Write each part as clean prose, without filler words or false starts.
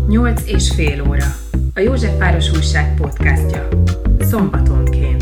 8,5 óra. A Józsefváros Újság podcastja. Szombatonként.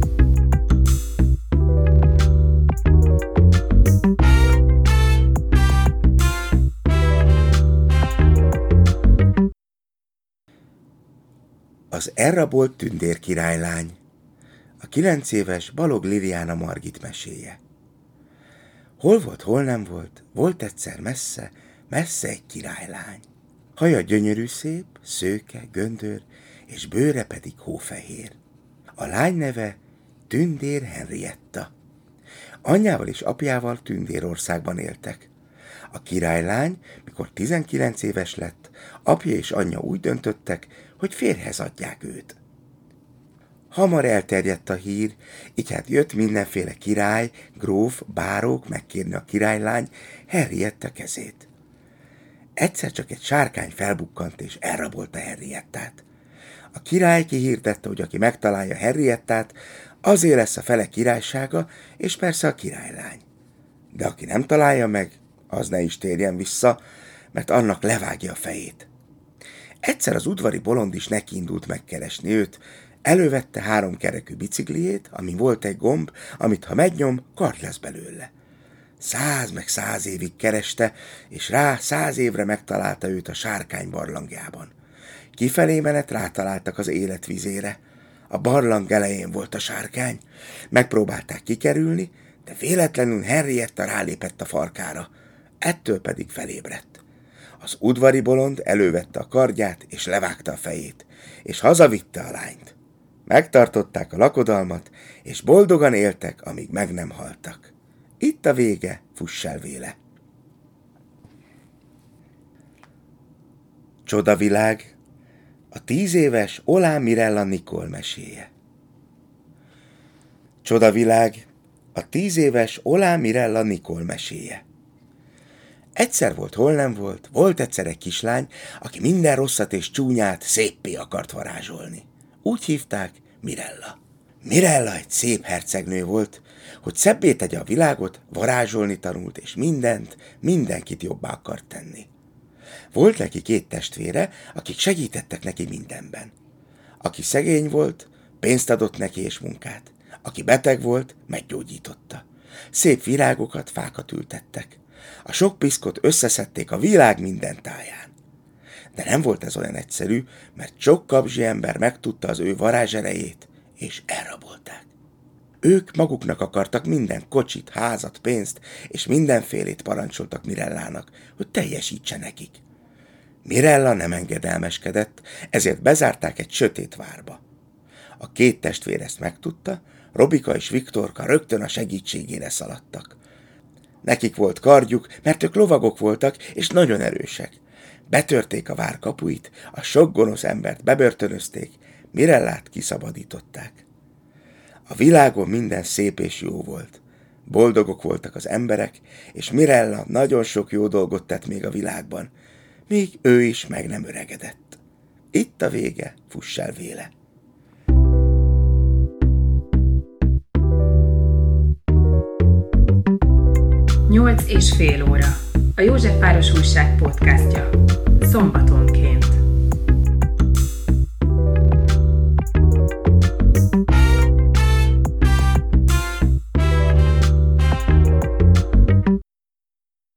Az elrabolt tündérkirálylány. A 9 éves Balogh Liliana Margit meséje. Hol volt, hol nem volt, volt egyszer messze, messze egy királylány. Haja gyönyörű szép, szőke, göndör, és bőre pedig hófehér. A lány neve Tündér Henrietta. Anyjával és apjával Tündérországban éltek. A királylány, mikor 19 éves lett, apja és anyja úgy döntöttek, hogy férjhez adják őt. Hamar elterjedt a hír, így hát jött mindenféle király, gróf, bárók megkérni a királylány Henrietta kezét. Egyszer csak egy sárkány felbukkant és elrabolta Henriettát. A király kihirdette, hogy aki megtalálja Henriettát, azért lesz a fele királysága, és persze a királylány. De aki nem találja meg, az ne is térjen vissza, mert annak levágja a fejét. Egyszer az udvari bolond is nekiindult megkeresni őt, elővette 3 kerekű bicikliét, amin volt egy gomb, amit ha megnyom, kard lesz belőle. 100 meg 100 évig kereste, és rá 100 évre megtalálta őt a sárkány barlangjában. Kifelé menet rátaláltak az életvizére. A barlang elején volt a sárkány. Megpróbálták kikerülni, de véletlenül Henrietta rálépett a farkára. Ettől pedig felébredt. Az udvari bolond elővette a kardját, és levágta a fejét, és hazavitte a lányt. Megtartották a lakodalmat, és boldogan éltek, amíg meg nem haltak. Itt a vége, fuss el véle. Csodavilág. A 10 éves Olá Mirella Nicole meséje. Csodavilág. A 10 éves Olá Mirella Nicole meséje. Egyszer volt, hol nem volt, volt egyszer egy kislány, aki minden rosszat és csúnyát széppé akart varázsolni. Úgy hívták Mirella. Mirella egy szép hercegnő volt, hogy szebbé tegye a világot, varázsolni tanult, és mindenkit jobbá akart tenni. Volt neki 2 testvére, akik segítettek neki mindenben. Aki szegény volt, pénzt adott neki és munkát. Aki beteg volt, meggyógyította. Szép virágokat, fákat ültettek. A sok piszkot összeszedték a világ minden táján. De nem volt ez olyan egyszerű, mert sok kapzsi ember megtudta az ő varázserejét, és elrabolták. Ők maguknak akartak minden kocsit, házat, pénzt, és mindenfélét parancsoltak Mirellának, hogy teljesítse nekik. Mirella nem engedelmeskedett, ezért bezárták egy sötét várba. A 2 testvér ezt megtudta, Robika és Viktorka rögtön a segítségére szaladtak. Nekik volt kardjuk, mert ők lovagok voltak, és nagyon erősek. Betörték a vár kapuit, a sok gonosz embert bebörtönözték, Mirellát kiszabadították. A világon minden szép és jó volt. Boldogok voltak az emberek, és Mirella nagyon sok jó dolgot tett még a világban, míg ő is meg nem öregedett. Itt a vége, fuss el véle. Nyolc és fél óra. A Józsefváros Újság podcastja. Szombaton.